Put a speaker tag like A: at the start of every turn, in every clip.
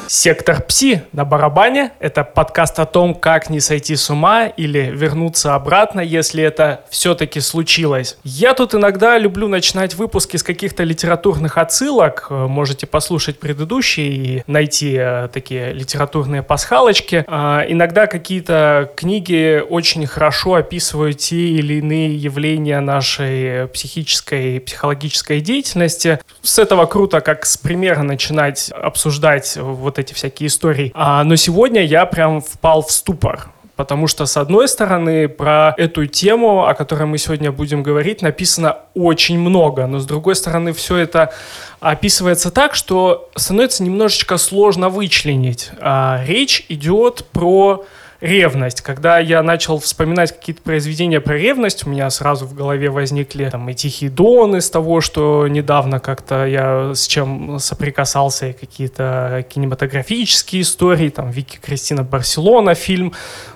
A: Сектор Пси на барабане – это подкаст о том, как не сойти с ума или вернуться обратно, если это все-таки случилось. Я тут иногда люблю начинать выпуски с каких-то литературных отсылок. Можете послушать предыдущие и найти такие литературные пасхалочки. Иногда какие-то книги очень хорошо описывают те или иные явления нашей психической и психологической деятельности. С этого круто, как с примера начинать обсуждать вот эти всякие истории. Но сегодня я прям впал в ступор. Потому что, с одной стороны, про эту тему, о которой мы сегодня будем говорить, написано очень много. Но, с другой стороны, все это описывается так, что становится немножечко сложно вычленить. Речь идет про ревность. Когда я начал вспоминать какие-то произведения про ревность, у меня сразу в голове возникли там и «Тихий Дон» из того, что недавно как-то я с чем соприкасался, и какие-то кинематографические истории, там «Вики Кристина Барселона» фильм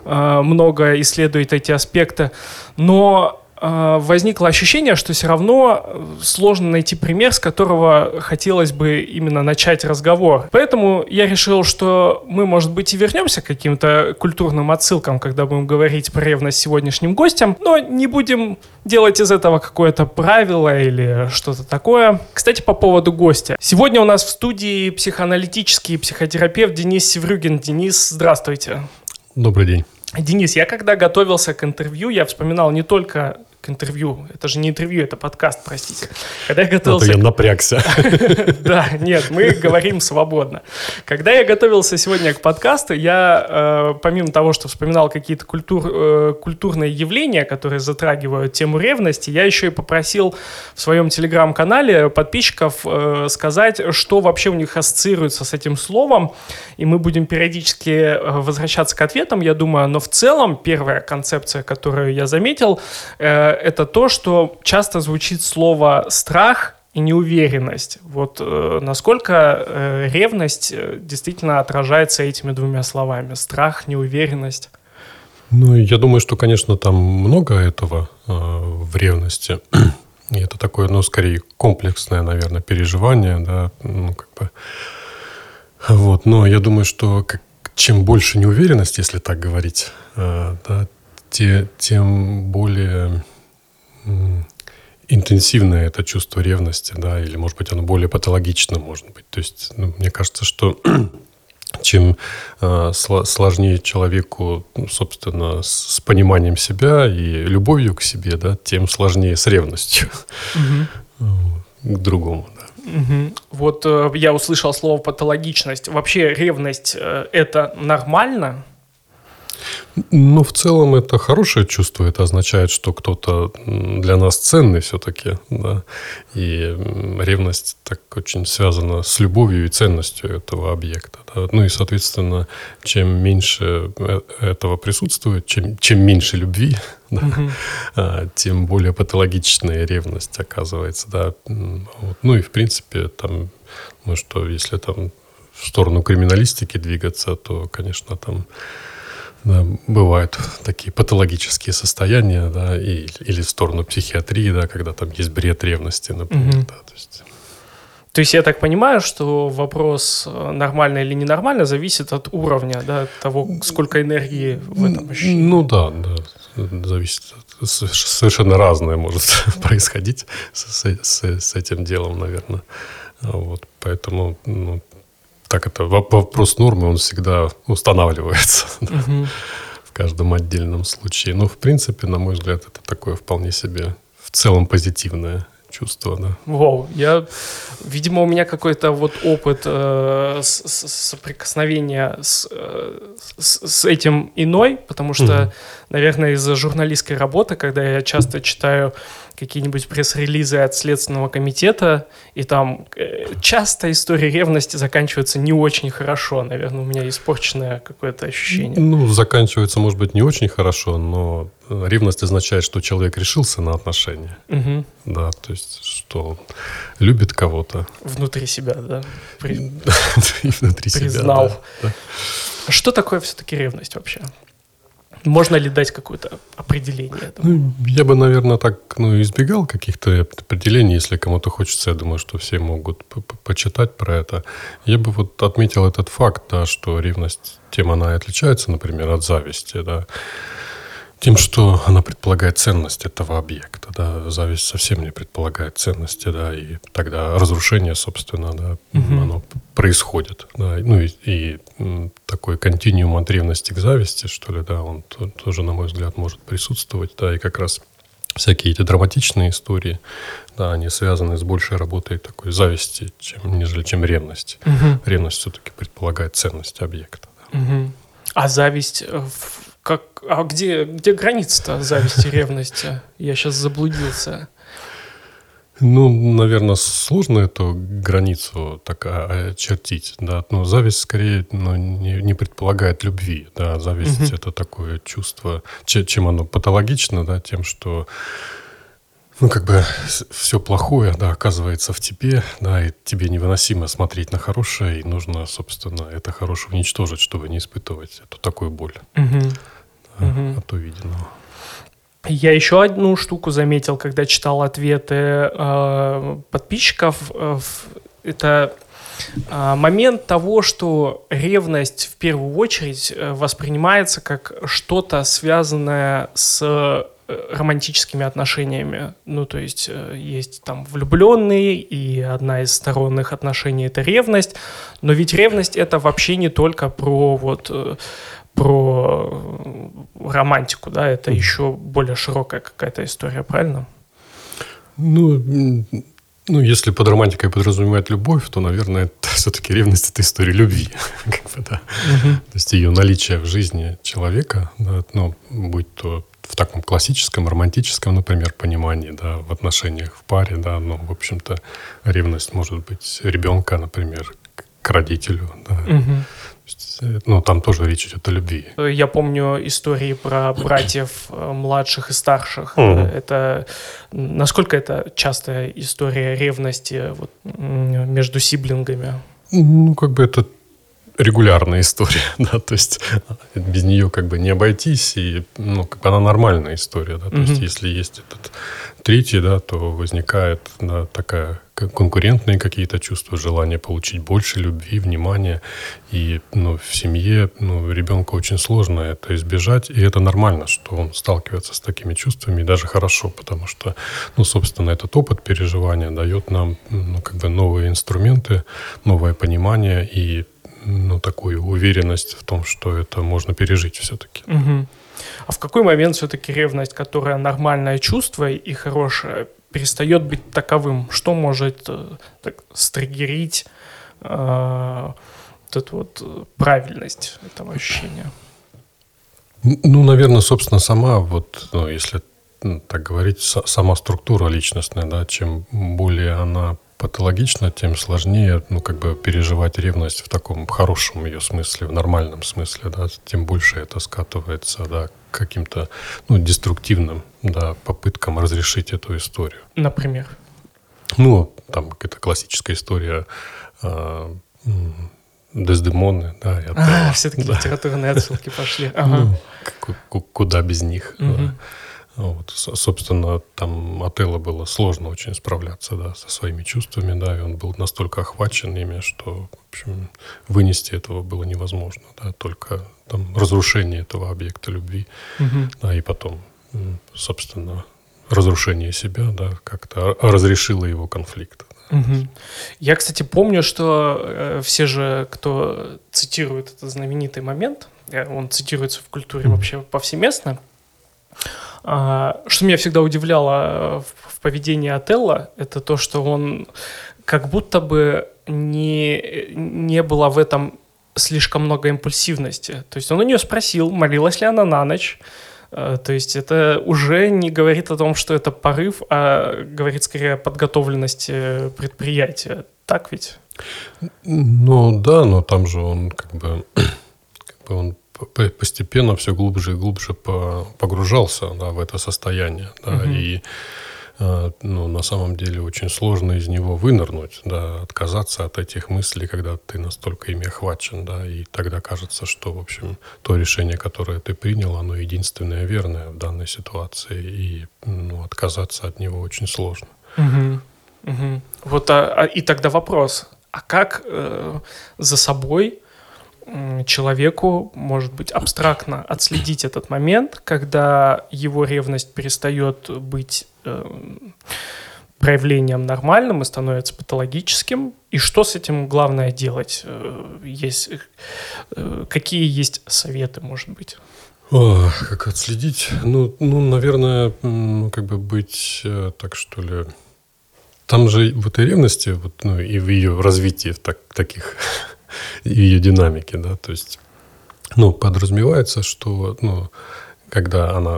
A: много исследует эти аспекты. Но возникло ощущение, что все равно сложно найти пример, с которого хотелось бы именно начать разговор. Поэтому я решил, что мы, может быть, и вернемся к каким-то культурным отсылкам, когда будем говорить про ревность с сегодняшним гостем, но не будем делать из этого какое-то правило или что-то такое. Кстати, по поводу гостя. Сегодня у нас в студии психоаналитический психотерапевт Денис Севрюгин. Денис, здравствуйте.
B: Добрый день.
A: Денис, я когда готовился к интервью, я вспоминал не только к интервью. Это же не интервью, это подкаст, простите. Когда я готовился...
B: я напрягся.
A: Да, нет, мы говорим свободно. Когда я готовился сегодня к подкасту, я, помимо того, что вспоминал какие-то культурные явления, которые затрагивают тему ревности, я еще и попросил в своем телеграм-канале подписчиков сказать, что вообще у них ассоциируется с этим словом, и мы будем периодически возвращаться к ответам, я думаю, но в целом первая концепция, которую я заметил, это то, что часто звучит слово «страх» и «неуверенность». Вот насколько ревность действительно отражается этими двумя словами? Страх, неуверенность?
B: Ну, я думаю, что, конечно, там много этого в ревности. И это такое, скорее комплексное, наверное, переживание, да, Вот. Но я думаю, что чем больше неуверенности, если так говорить, да, тем более интенсивное это чувство ревности, да, или, может быть, оно более патологично, может быть. То есть, мне кажется, что чем сложнее человеку, собственно, с пониманием себя и любовью к себе, да, тем сложнее с ревностью к другому, да.
A: Вот я услышал слово «патологичность». Вообще ревность – это нормально?
B: Ну, в целом, это хорошее чувство. Это означает, что кто-то для нас ценный все-таки. Да? И ревность так очень связана с любовью и ценностью этого объекта. Да? Ну и, соответственно, чем меньше этого присутствует, чем меньше любви, да, тем более патологичная ревность оказывается. Да? Вот. Ну и, в принципе, там, если там в сторону криминалистики двигаться, то, конечно, там... Да, бывают такие патологические состояния, да, или в сторону психиатрии, да, когда там есть бред ревности, например. Да,
A: то есть я так понимаю, что вопрос нормально или ненормально зависит от уровня, да, от того, сколько энергии в этом ощущении.
B: Ну да, зависит. Совершенно разное может происходить с этим делом, наверное. Вот, поэтому... Так это вопрос нормы, он всегда устанавливается в каждом отдельном случае. Но, в принципе, на мой взгляд, это такое вполне себе в целом позитивное чувство. Да.
A: Вау, видимо, у меня какой-то вот опыт соприкосновения с этим иной, потому что, наверное, из-за журналистской работы, когда я часто читаю какие-нибудь пресс-релизы от Следственного комитета, и там часто истории ревности заканчиваются не очень хорошо. Наверное, у меня испорченное какое-то ощущение.
B: Ну, заканчивается, может быть, не очень хорошо, но ревность означает, что человек решился на отношения. Да, то есть, что он любит кого-то.
A: Внутри себя, да?
B: Внутри себя,
A: признал.
B: да.
A: Что такое все-таки ревность вообще? Можно ли дать какое-то определение этому?
B: Я бы, наверное, так избегал каких-то определений, если кому-то хочется. Я думаю, что все могут почитать про это. Я бы вот отметил этот факт, да, что ревность, тем она и отличается, например, от зависти, да, тем, что она предполагает ценность этого объекта. Да. Зависть совсем не предполагает ценности, да, и тогда разрушение, собственно, да, оно происходит. Да. И такой континуум от ревности к зависти, что ли, да, он тоже, на мой взгляд, может присутствовать. Да, и как раз всякие эти драматичные истории, да, они связаны с большей работой такой зависти, чем ревность. Ревность все-таки предполагает ценность объекта. Да.
A: А зависть... А где граница-то зависти и ревности? Я сейчас заблудился.
B: Наверное, сложно эту границу так очертить. Да? Но зависть скорее не предполагает любви. Да? Зависть это такое чувство, чем оно патологично, да? Тем, что все плохое, да, оказывается в тебе, да, и тебе невыносимо смотреть на хорошее, и нужно, собственно, это хорошее уничтожить, чтобы не испытывать эту такую боль от увиденного.
A: Я еще одну штуку заметил, когда читал ответы подписчиков. Это момент того, что ревность в первую очередь воспринимается как что-то, связанное с романтическими отношениями. То есть есть там влюбленные, и одна из сторон их отношений — это ревность. Но ведь ревность — это вообще не только про романтику, да, это еще более широкая какая-то история, правильно?
B: Если под романтикой подразумевать любовь, то, наверное, это все-таки ревность — это история любви. Да. То есть ее наличие в жизни человека, да, будь то в таком классическом, романтическом, например, понимании, да, в отношениях в паре, да, в общем-то, ревность может быть ребенка, например, к родителю, да. Там тоже речь идет о любви.
A: Я помню истории про братьев младших и старших. Это насколько это частая история ревности между сиблингами?
B: Это регулярная история, да, то есть без нее не обойтись, и она нормальная история, да, то есть если есть этот третий, да, то возникает, да, такая конкурентные какие-то чувства, желание получить больше любви, внимания, и в семье ребенку очень сложно это избежать, и это нормально, что он сталкивается с такими чувствами, и даже хорошо, потому что, собственно, этот опыт переживания дает нам новые инструменты, новое понимание и такую уверенность в том, что это можно пережить все-таки.
A: А в какой момент все-таки ревность, которая нормальное чувство и хорошее, перестает быть таковым? Что может стриггерить эту правильность этого ощущения?
B: Наверное, собственно, сама, если так говорить, сама структура личностная, да, чем более она патологично, тем сложнее, переживать ревность в таком хорошем ее смысле, в нормальном смысле, да, тем больше это скатывается, да, к каким-то, деструктивным, да, попыткам разрешить эту историю.
A: Например?
B: Там какая-то классическая история Дездемоны, да.
A: Все-таки литературные отсылки пошли.
B: Куда без них, да. Собственно, там Отелло было сложно очень справляться, да, со своими чувствами, да, и он был настолько охвачен ими, что, в общем, вынести этого было невозможно, да, только там разрушение этого объекта любви, да, и потом, собственно, разрушение себя, да, как-то разрешило его конфликт.
A: Я, кстати, помню, что все же, кто цитирует этот знаменитый момент, он цитируется в культуре вообще повсеместно. Что меня всегда удивляло в поведении Отелло, это то, что он как будто бы не было в этом слишком много импульсивности. То есть он у нее спросил, молилась ли она на ночь. То есть это уже не говорит о том, что это порыв, а говорит скорее о подготовленности предприятия. Так ведь?
B: Да, но там же он он постепенно все глубже и глубже погружался, да, в это состояние. Да, и на самом деле очень сложно из него вынырнуть, да, отказаться от этих мыслей, когда ты настолько ими охвачен, да, и тогда кажется, что, в общем, то решение, которое ты принял, оно единственное верное в данной ситуации, и отказаться от него очень сложно.
A: Вот, и тогда вопрос, а как за собой человеку, может быть, абстрактно отследить этот момент, когда его ревность перестает быть проявлением нормальным и становится патологическим, и что с этим главное делать? Какие есть советы, может быть?
B: Как отследить? Наверное, быть так, что ли. Там же в этой ревности, и в ее развитии, в таких ее динамике, да, то есть, подразумевается, что, когда она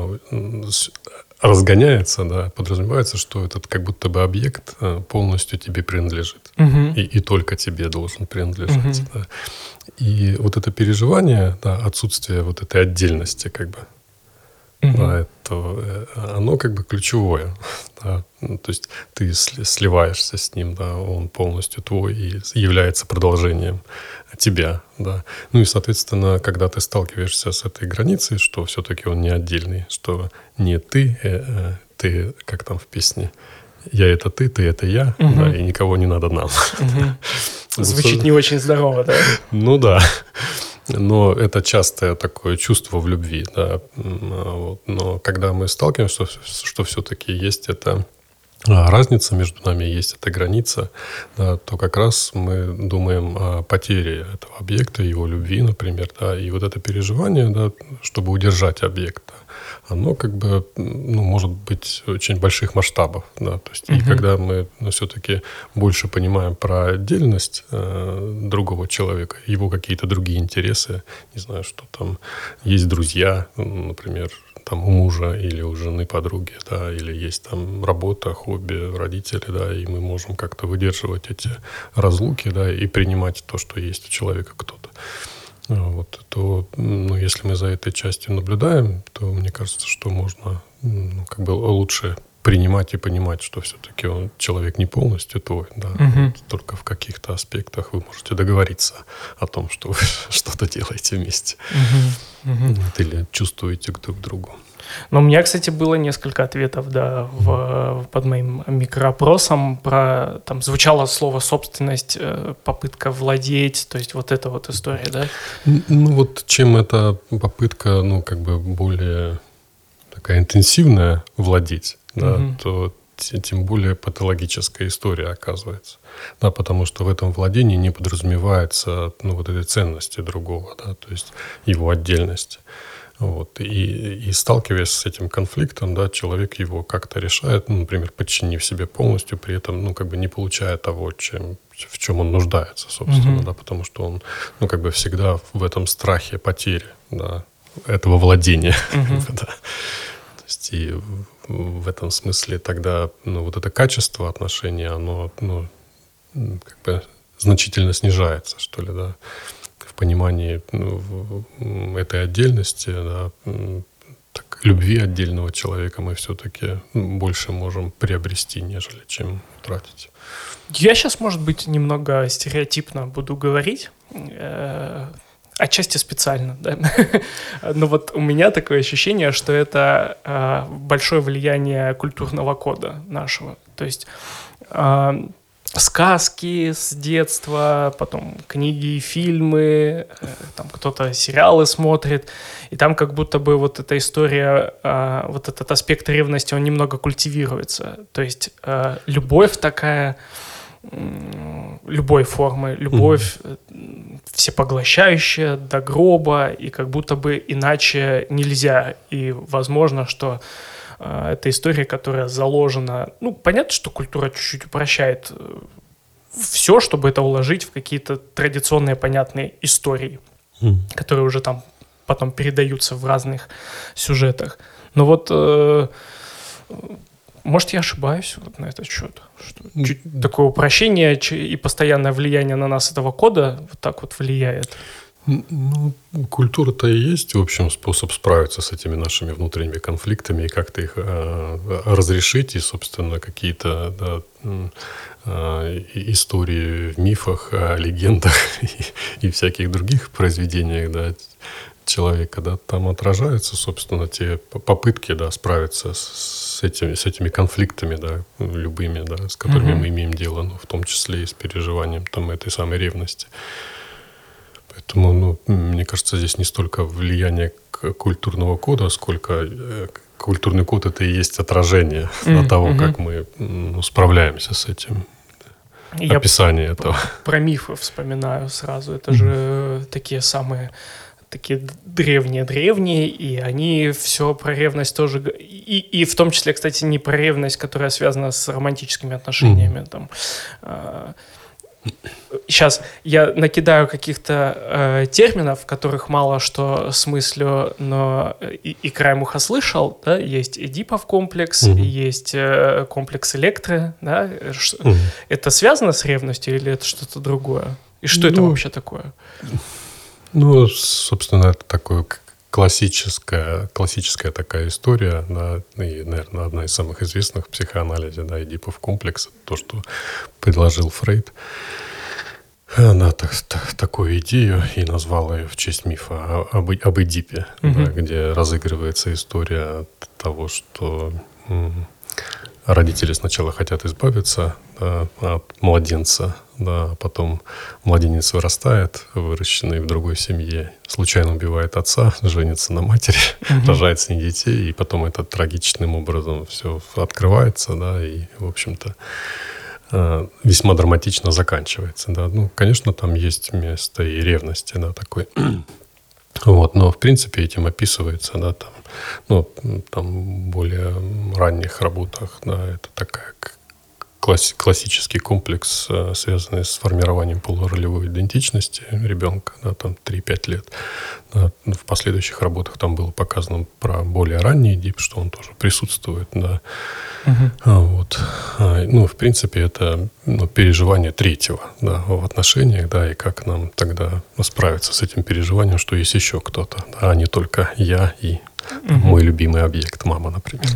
B: разгоняется, да, подразумевается, что этот как будто бы объект полностью тебе принадлежит. И только тебе должен принадлежать. Да. И вот это переживание, да, отсутствие вот этой отдельности, как бы, да, оно как бы ключевое. Да. То есть ты сливаешься с ним, да, он полностью твой и является продолжением тебя. Да. И, соответственно, когда ты сталкиваешься с этой границей, что все-таки он не отдельный, что не ты, ты, как там в песне, я это ты это я, да, и никого не надо нам.
A: Звучит не очень здорово, да?
B: Да. Но это частое такое чувство в любви, да. Но когда мы сталкиваемся, что все-таки есть эта разница между нами, есть эта граница, да, то как раз мы думаем о потере этого объекта, его любви, например, да, и вот это переживание, да, чтобы удержать объект, да, оно как бы, может быть очень больших масштабов, да, то есть и когда мы все-таки больше понимаем про отдельность другого человека, его какие-то другие интересы, не знаю, что там есть друзья, например, там у мужа или у жены, подруги, да, или есть там работа, хобби, родители, да, и мы можем как-то выдерживать эти разлуки, да, и принимать то, что есть у человека кто-то. То, если мы за этой частью наблюдаем, то мне кажется, что можно как бы лучше принимать и понимать, что все-таки человек не полностью твой, да, только в каких-то аспектах вы можете договориться о том, что вы что-то делаете вместе. Или чувствуете друг к другу.
A: Но у меня, кстати, было несколько ответов, да, под моим микроопросом. Там звучало слово «собственность», попытка владеть, то есть вот эта вот история, да?
B: Чем эта попытка, как бы более такая интенсивная владеть, да, то тем более патологическая история оказывается. Да, потому что в этом владении не подразумевается вот этой ценности другого, да, то есть его отдельности. И сталкиваясь с этим конфликтом, да, человек его как-то решает, например, подчинив себе полностью, при этом, как бы не получая того, в чем он нуждается, собственно, да, потому что он, как бы всегда в этом страхе потери, да, этого владения, да. То есть и в этом смысле тогда, вот это качество отношений, оно, как бы значительно снижается, что ли, да. В понимании этой отдельности, да, любви отдельного человека мы все-таки больше можем приобрести, нежели чем тратить.
A: Я сейчас, может быть, немного стереотипно буду говорить, отчасти специально, да. Но вот у меня такое ощущение, что это большое влияние культурного кода нашего. То есть сказки с детства, потом книги и фильмы, там кто-то сериалы смотрит, и там как будто бы вот эта история, вот этот аспект ревности, он немного культивируется. То есть любовь такая, любой формы, любовь всепоглощающая до гроба, и как будто бы иначе нельзя. И возможно, что это история, которая заложена... понятно, что культура чуть-чуть упрощает все, чтобы это уложить в какие-то традиционные понятные истории, которые уже там потом передаются в разных сюжетах. Но вот... может, я ошибаюсь вот на этот счет? Что чуть такое упрощение и постоянное влияние на нас этого кода вот так вот влияет?
B: Ну, культура-то и есть, в общем, способ справиться с этими нашими внутренними конфликтами и как-то их разрешить. И, собственно, какие-то истории в мифах, легендах и всяких других произведениях, да, человека, да, там отражаются, собственно, те попытки, да, справиться с этими конфликтами, да, любыми, да, с которыми мы имеем дело, ну, в том числе и с переживанием там этой самой ревности. Поэтому, ну, мне кажется, здесь не столько влияние культурного кода, сколько культурный код — это и есть отражение того, как мы справляемся с этим. Описание этого.
A: Про мифы вспоминаю сразу. Это же такие самые... такие древние, и они все про ревность тоже... И в том числе, кстати, не про ревность, которая связана с романтическими отношениями. Там. Сейчас я накидаю каких-то терминов, которых мало что смыслю, но и краем уха слышал. Да? Есть Эдипов комплекс, есть комплекс Электры. Да? Это связано с ревностью или это что-то другое? И что это вообще такое?
B: Ну, собственно, это такое классическая такая история, да, и, наверное, одна из самых известных в психоанализе, да, Эдипов комплекс, то, что предложил Фрейд. Она такую идею и назвала ее в честь мифа об Эдипе, да, где разыгрывается история того, что родители сначала хотят избавиться, да, от младенца, да, а потом младенец вырастает, выращенный в другой семье, случайно убивает отца, женится на матери, рожает с ней детей, и потом это трагичным образом все открывается, да, и, в общем-то, весьма драматично заканчивается, да. Ну, конечно, там есть место и ревности, да, такой. Вот, но в принципе этим описывается, да, там, ну, там в более ранних работах, да, это такая классический комплекс, связанный с формированием полуролевой идентичности ребенка, да, там 3-5 лет. Да. В последующих работах там было показано про более ранний Эдип, что он тоже присутствует, да. Вот. Ну, в принципе, это переживание третьего, да, в отношениях, да, и как нам тогда справиться с этим переживанием, что есть еще кто-то, да, а не только я и мой любимый объект, мама, например.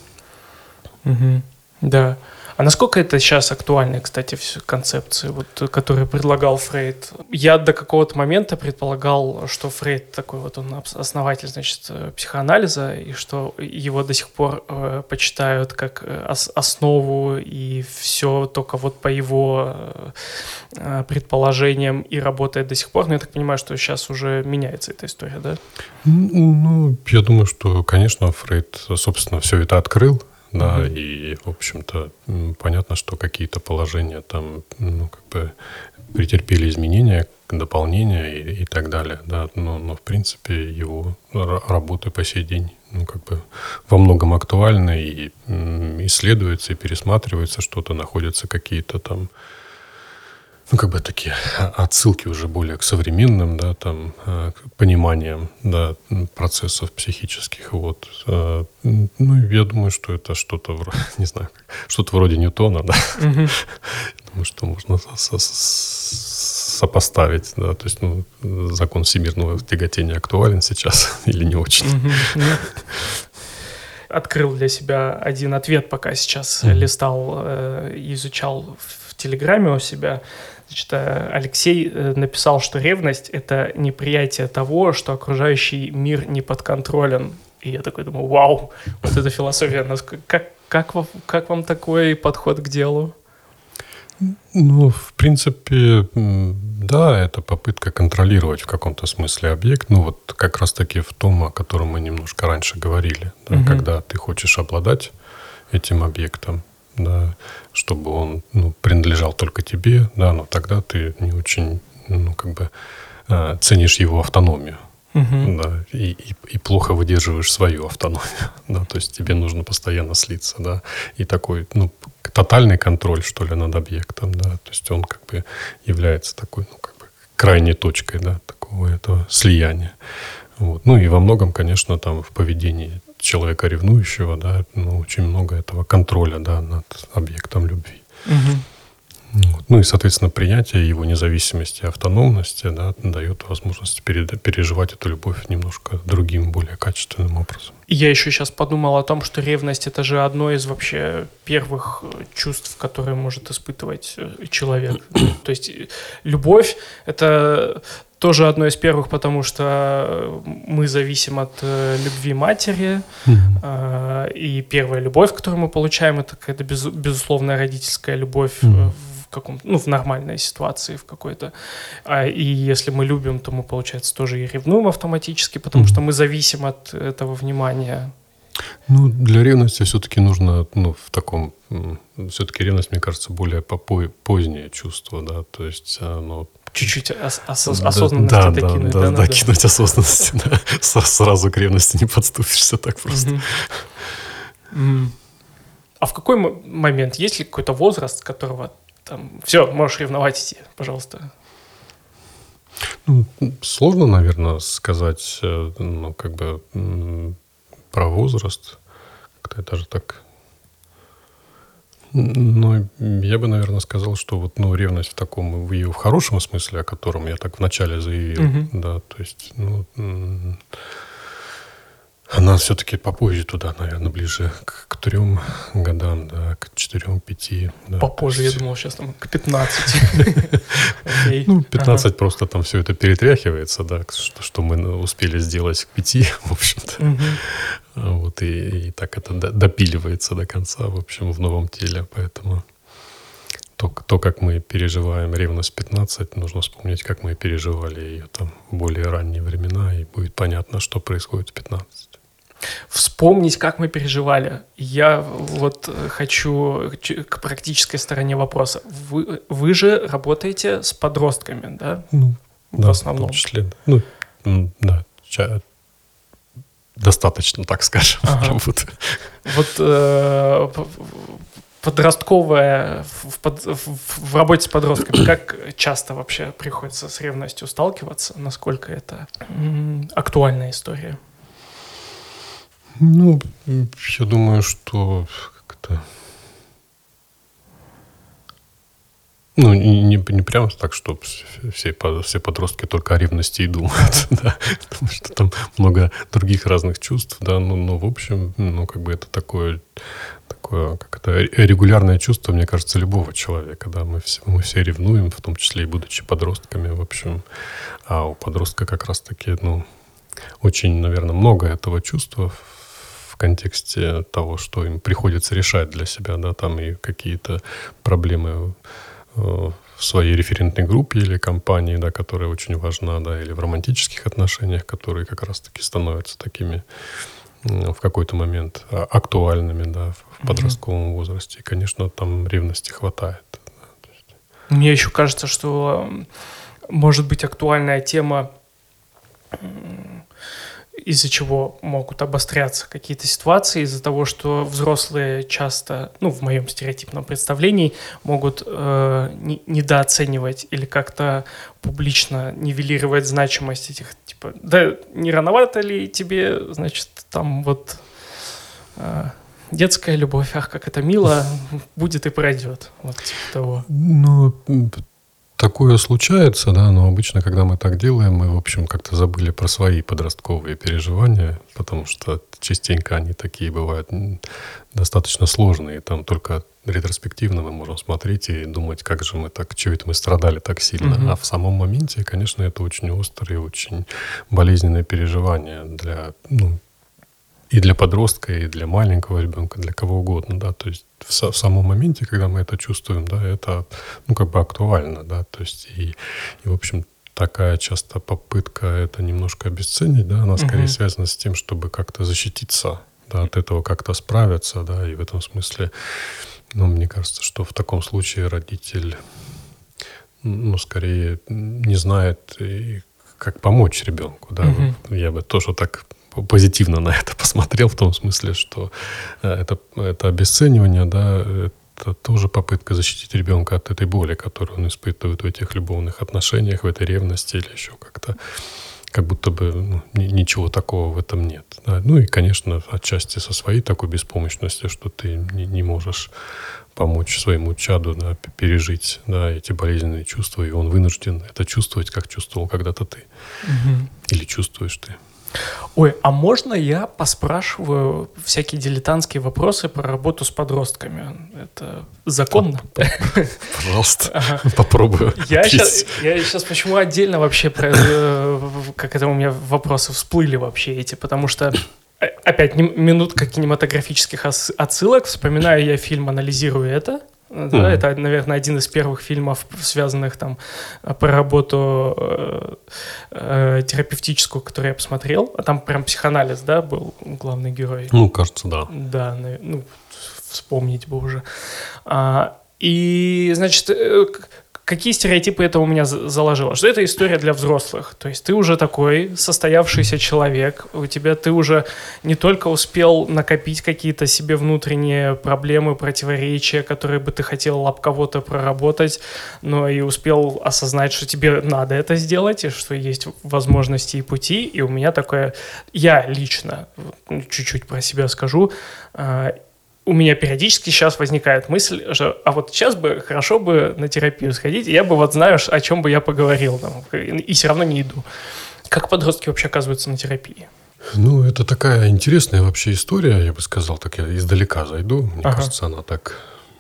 A: Да. А насколько это сейчас актуальны, кстати, все концепции, вот, которые предлагал Фрейд? Я до какого-то момента предполагал, что Фрейд такой вот он основатель, значит, психоанализа, и что его до сих пор почитают как основу, и все только вот по его предположениям и работает до сих пор. Но я так понимаю, что сейчас уже меняется эта история, да?
B: Ну, я думаю, что, конечно, Фрейд, собственно, все это открыл. Да, и, в общем-то, понятно, что какие-то положения там, ну, как бы претерпели изменения, дополнения и так далее, да, но в принципе, его работы по сей день, ну, как бы во многом актуальны и исследуются, и пересматриваются, что-то находятся какие-то там, ну, как бы такие отсылки уже более к современным, да, там, пониманиям, да, процессов психических, вот. Ну, я думаю, что это что-то, не знаю, что-то вроде Ньютона, да. Думаю, что можно сопоставить, да, то есть, ну, закон всемирного тяготения актуален сейчас или не очень?
A: Открыл для себя один ответ, пока сейчас листал, изучал в Телеграме у себя. Значит, Алексей написал, что ревность — это неприятие того, что окружающий мир не подконтролен. И я такой думаю, вау, вот эта философия. Как вам такой подход к делу?
B: Ну, в принципе, да, это попытка контролировать в каком-то смысле объект. Ну, вот как раз-таки в том, о котором мы немножко раньше говорили. Да, когда ты хочешь обладать этим объектом, да, чтобы он, ну, принадлежал только тебе, да, но тогда ты не очень, ну, как бы ценишь его автономию, да, и плохо выдерживаешь свою автономию, да, то есть тебе нужно постоянно слиться, да, и такой, ну, тотальный контроль, что ли, над объектом, да, то есть он как бы является такой, ну, как бы крайней точкой, да, такого этого слияния. Вот. Ну и во многом, конечно, там в поведении человека ревнующего, да, ну, очень много этого контроля, да, над объектом любви. Ну и, соответственно, принятие его независимости и автономности, да, дает возможность переживать эту любовь немножко другим, более качественным образом.
A: Я еще сейчас подумал о том, что ревность — это же одно из вообще первых чувств, которые может испытывать человек. То есть любовь — это тоже одно из первых, потому что мы зависим от любви матери, и первая любовь, которую мы получаем, это какая-то безусловная родительская любовь в нормальной ситуации в какой-то. И если мы любим, то мы, получается, тоже и ревнуем автоматически, потому что мы зависим от этого внимания.
B: Ну, для ревности все-таки нужно, в таком... Все-таки ревность, мне кажется, более позднее чувство, да, то есть оно...
A: Чуть-чуть осознанности докинуть.
B: Да, докинуть осознанности, да. Сразу к ревности не подступишься так просто.
A: А в какой момент? Есть ли какой-то возраст, которого там, все, можешь ревновать, идти, пожалуйста?
B: Сложно, наверное, сказать, про возраст. Как-то я даже так... Но я бы, наверное, сказал, что ревность в ее хорошем смысле, о котором я так вначале заявил, да, то есть, она все-таки попозже туда, наверное, ближе к 3 годам, да, к 4-5. Да,
A: попозже, я думал, сейчас там к 15.
B: 15 просто там все это перетряхивается, да, что мы успели сделать к 5, в общем-то. И так это допиливается до конца, в общем, в новом теле. Поэтому то, как мы переживаем ревность 15, нужно вспомнить, как мы переживали ее там в более ранние времена, и будет понятно, что происходит в 15.
A: Вспомнить, как мы переживали. Я хочу к практической стороне вопроса. Вы же работаете с подростками, да? В основном.
B: В том числе. Да, достаточно, так скажем, работы.
A: Подростковая в работе с подростками, как часто вообще приходится с ревностью сталкиваться? Насколько это актуальная история?
B: Я думаю, что как-то... не прямо так, что все подростки только о ревности и думают, да, потому что там много других разных чувств, да, но в общем, это такое как это регулярное чувство, мне кажется, любого человека, да, мы все ревнуем, в том числе и будучи подростками, в общем, а у подростка как раз-таки, очень, наверное, много этого чувства в контексте того, что им приходится решать для себя, да, там и какие-то проблемы в своей референтной группе или компании, да, которая очень важна, да, или в романтических отношениях, которые как раз-таки становятся такими в какой-то момент актуальными, да, в подростковом возрасте. И, конечно, там ревности хватает. Да,
A: Мне еще кажется, что может быть актуальная тема, из-за чего могут обостряться какие-то ситуации, из-за того, что взрослые часто, в моем стереотипном представлении, могут недооценивать или как-то публично нивелировать значимость этих, типа, да не рановато ли тебе, значит, там детская любовь, ах, как это мило, будет и пройдет. Вот типа того.
B: Такое случается, да, но обычно, когда мы так делаем, мы, в общем, как-то забыли про свои подростковые переживания, потому что частенько они такие бывают достаточно сложные. Там только ретроспективно мы можем смотреть и думать, как же мы так, чего это мы страдали так сильно. А в самом моменте, конечно, это очень острые, очень болезненные переживания и для подростка, и для маленького ребенка, для кого угодно, да, то есть в самом моменте, когда мы это чувствуем, да, это, актуально, да, то есть и в общем, такая часто попытка это немножко обесценить, да, она скорее связана с тем, чтобы как-то защититься, да, от этого как-то справиться, да, и в этом смысле, мне кажется, что в таком случае родитель, скорее не знает, как помочь ребенку, да, я бы тоже так позитивно на это посмотрел, в том смысле, что это обесценивание, да, это тоже попытка защитить ребенка от этой боли, которую он испытывает в этих любовных отношениях, в этой ревности или еще как-то, как будто бы ничего такого в этом нет. Да. И, конечно, отчасти со своей такой беспомощностью, что ты не можешь помочь своему чаду, да, пережить, да, эти болезненные чувства, и он вынужден это чувствовать, как чувствовал когда-то ты. Или чувствуешь ты.
A: Ой, а можно я поспрашиваю всякие дилетантские вопросы про работу с подростками? Это законно?
B: Пожалуйста, попробую.
A: Я сейчас почему отдельно вообще, как это у меня вопросы всплыли вообще эти, потому что опять минутка кинематографических отсылок. Вспоминаю я фильм «Анализирую это». Да, это, наверное, один из первых фильмов, связанных там про работу терапевтическую, которую я посмотрел. А там прям психоанализ, да, был главный герой.
B: Ну, кажется, да.
A: Да, ну, вспомнить бы уже. И, значит, какие стереотипы это у меня заложило? Что это история для взрослых. То есть ты уже такой состоявшийся человек, ты уже не только успел накопить какие-то себе внутренние проблемы, противоречия, которые бы ты хотел об кого-то проработать, но и успел осознать, что тебе надо это сделать, и что есть возможности и пути. И у меня такое... Я лично, чуть-чуть про себя скажу, у меня периодически сейчас возникает мысль, что а вот сейчас бы хорошо бы на терапию сходить, и я бы вот знаю, о чем бы я поговорил, там, и все равно не иду. Как подростки вообще оказываются на терапии?
B: Ну, это такая интересная вообще история, я бы сказал, так я издалека зайду. Мне кажется, она так...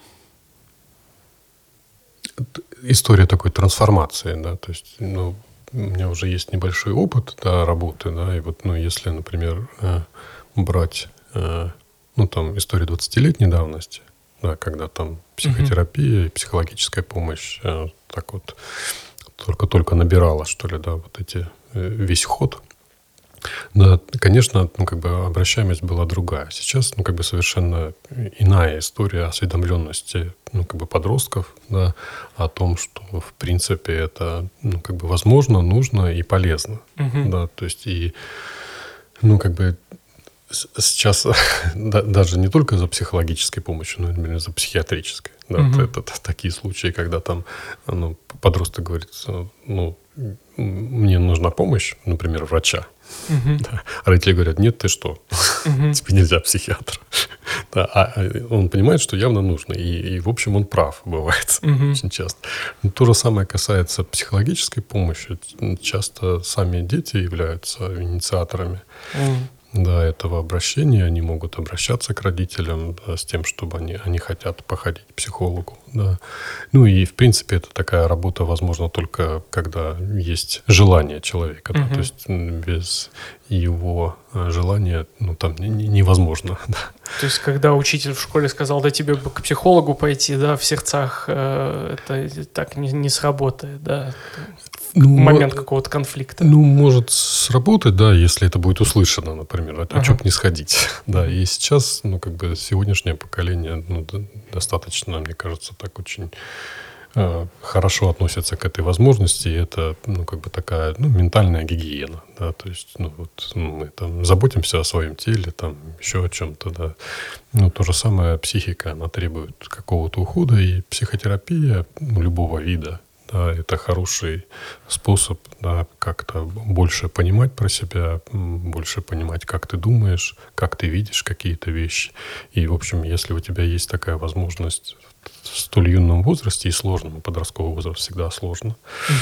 B: История такой трансформации, да, то есть, ну, у меня уже есть небольшой опыт, да, работы, да, и вот, ну, если, например, брать... Ну, там, история 20-летней давности, да, когда там психотерапия и психологическая помощь так вот только-только набирала, что ли, да, вот эти, весь ход. Да, конечно, ну, как бы обращаемость была другая. Сейчас, ну, как бы совершенно иная история осведомленности, ну, как бы подростков, да, о том, что, в принципе, это, ну, как бы возможно, нужно и полезно, да, то есть и, ну, как бы сейчас даже не только за психологической помощью, но и за психиатрической. Да, это такие случаи, когда там подросток говорит, ну, мне нужна помощь, например, врача. Да. А родители говорят, нет, ты что? Тебе нельзя психиатра. Да, а он понимает, что явно нужно. И, в общем, он прав, бывает очень часто. Но то же самое касается психологической помощи. Часто сами дети являются инициаторами. Да, этого обращения. Они могут обращаться к родителям, да, с тем, чтобы они хотят походить к психологу. Да. Ну и, в принципе, это такая работа возможна только, когда есть желание человека. Да, то есть без его желания, ну, там невозможно. Да.
A: То есть, когда учитель в школе сказал, да тебе бы к психологу пойти, да, в сердцах это так не сработает, да? Момент какого-то конфликта.
B: Ну, может сработать, да, если это будет услышано, например. А что бы не сходить. Да, и сейчас, ну, как бы сегодняшнее поколение, ну, достаточно, мне кажется, так очень хорошо относится к этой возможности. И это, ну, как бы такая, ну, ментальная гигиена, да, то есть, ну, вот мы там заботимся о своем теле, там, еще о чем-то, да. Ну, то же самое психика, она требует какого-то ухода, и психотерапия, ну, любого вида, да, это хороший способ, да, как-то больше понимать про себя, больше понимать, как ты думаешь, как ты видишь какие-то вещи. И, в общем, если у тебя есть такая возможность в столь юном возрасте, и сложном, подростковый возраст всегда сложно,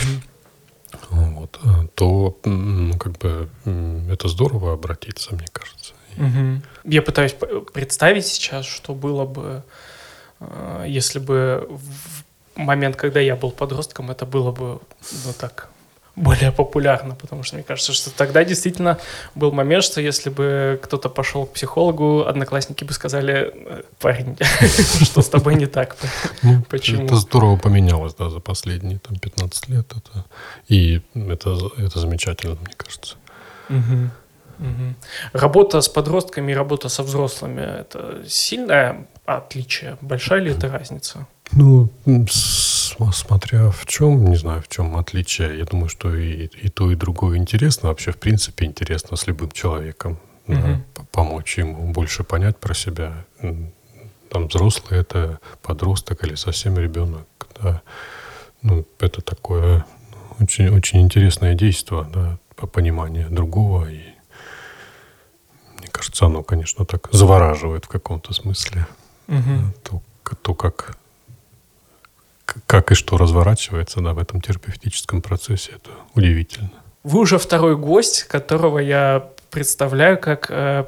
B: вот, то, ну, как бы, это здорово обратиться, мне кажется.
A: Я пытаюсь представить сейчас, что было бы, если бы в момент, когда я был подростком, это было бы, ну, так, более популярно, потому что мне кажется, что тогда действительно был момент, что если бы кто-то пошел к психологу, одноклассники бы сказали, парень, что с тобой не так? Почему?
B: Это здорово поменялось, да, за последние там 15 лет. И это замечательно, мне кажется.
A: Работа с подростками и работа со взрослыми – это сильное отличие? Большая ли это разница?
B: Ну, смотря в чем, не знаю, в чем отличие. Я думаю, что и то, и другое интересно. Вообще, в принципе, интересно с любым человеком. Да, помочь ему больше понять про себя. Там взрослый – это подросток или совсем ребенок. Да. Ну, это такое очень, очень интересное действие, да, по пониманию другого. И мне кажется, оно, конечно, так завораживает в каком-то смысле. То, то, как и что разворачивается, да, в этом терапевтическом процессе, это удивительно.
A: Вы уже второй гость, которого я представляю как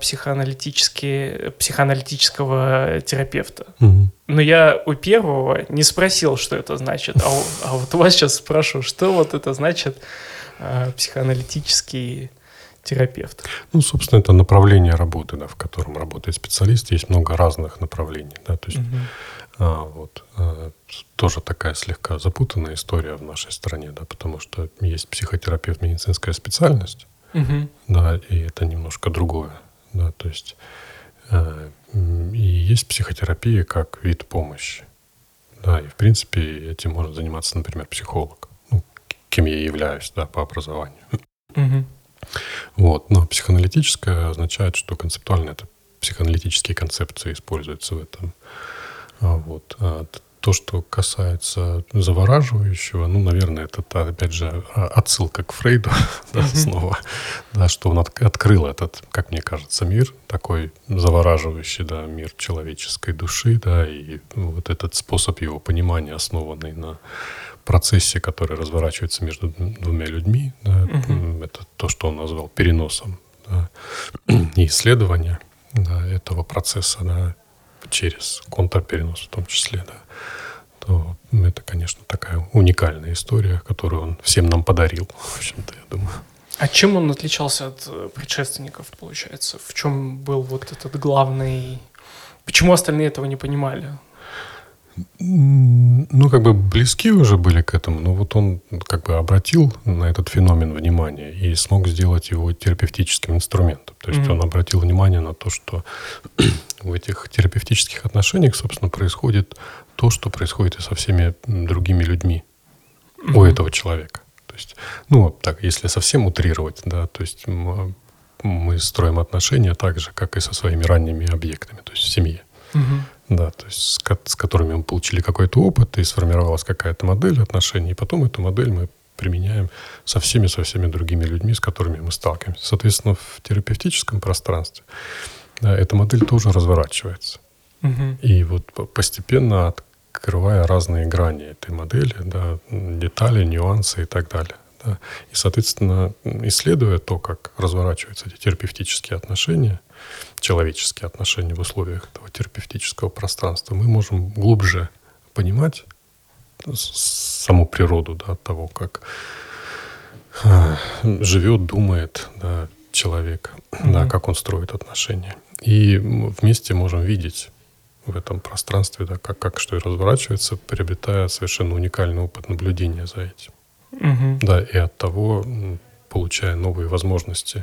A: психоаналитического терапевта.
B: Угу.
A: Но я у первого не спросил, что это значит. А вот у вас сейчас спрашиваю, что вот это значит психоаналитический терапевт?
B: Ну, собственно, это направление работы, да, в котором работает специалист. Есть много разных направлений. Да, то есть, тоже такая слегка запутанная история в нашей стране, да, потому что есть психотерапевт, медицинская специальность, да, и это немножко другое. Да, то есть, и есть психотерапия как вид помощи. Да, и, в принципе, этим может заниматься, например, психолог, ну, кем я являюсь, да, по образованию. Вот. Но психоаналитическое означает, что концептуально это психоаналитические концепции используются в этом. Вот. То, что касается завораживающего, ну, наверное, это, опять же, отсылка к Фрейду, да, снова, да, что он открыл этот, как мне кажется, мир, такой завораживающий, да, мир человеческой души, да, и вот этот способ его понимания, основанный на процессе, который разворачивается между двумя людьми, да, это то, что он назвал переносом, да, и исследование, да, этого процесса, да, через контрперенос в том числе, да, то это, конечно, такая уникальная история, которую он всем нам подарил, в общем-то, я думаю.
A: А чем он отличался от предшественников, получается? В чем был вот этот главный... Почему остальные этого не понимали?
B: Ну, как бы близки уже были к этому, но вот он как бы обратил на этот феномен внимание и смог сделать его терапевтическим инструментом. То есть он обратил внимание на то, что в этих терапевтических отношениях, собственно, происходит то, что происходит и со всеми другими людьми у этого человека. То есть, ну, так, если совсем утрировать, да, то есть мы строим отношения так же, как и со своими ранними объектами, то есть в семье. Да, то есть с которыми мы получили какой-то опыт, и сформировалась какая-то модель отношений, и потом эту модель мы применяем со всеми другими людьми, с которыми мы сталкиваемся. Соответственно, в терапевтическом пространстве, да, эта модель тоже разворачивается. И вот постепенно открывая разные грани этой модели, да, детали, нюансы и так далее. Да, и, соответственно, исследуя то, как разворачиваются эти терапевтические отношения, человеческие отношения в условиях этого терапевтического пространства, мы можем глубже понимать саму природу, да, того, как живет, думает, да, человек, да, как он строит отношения. И вместе можем видеть в этом пространстве, да, как что и разворачивается, приобретая совершенно уникальный опыт наблюдения за этим. Да, и от того получая новые возможности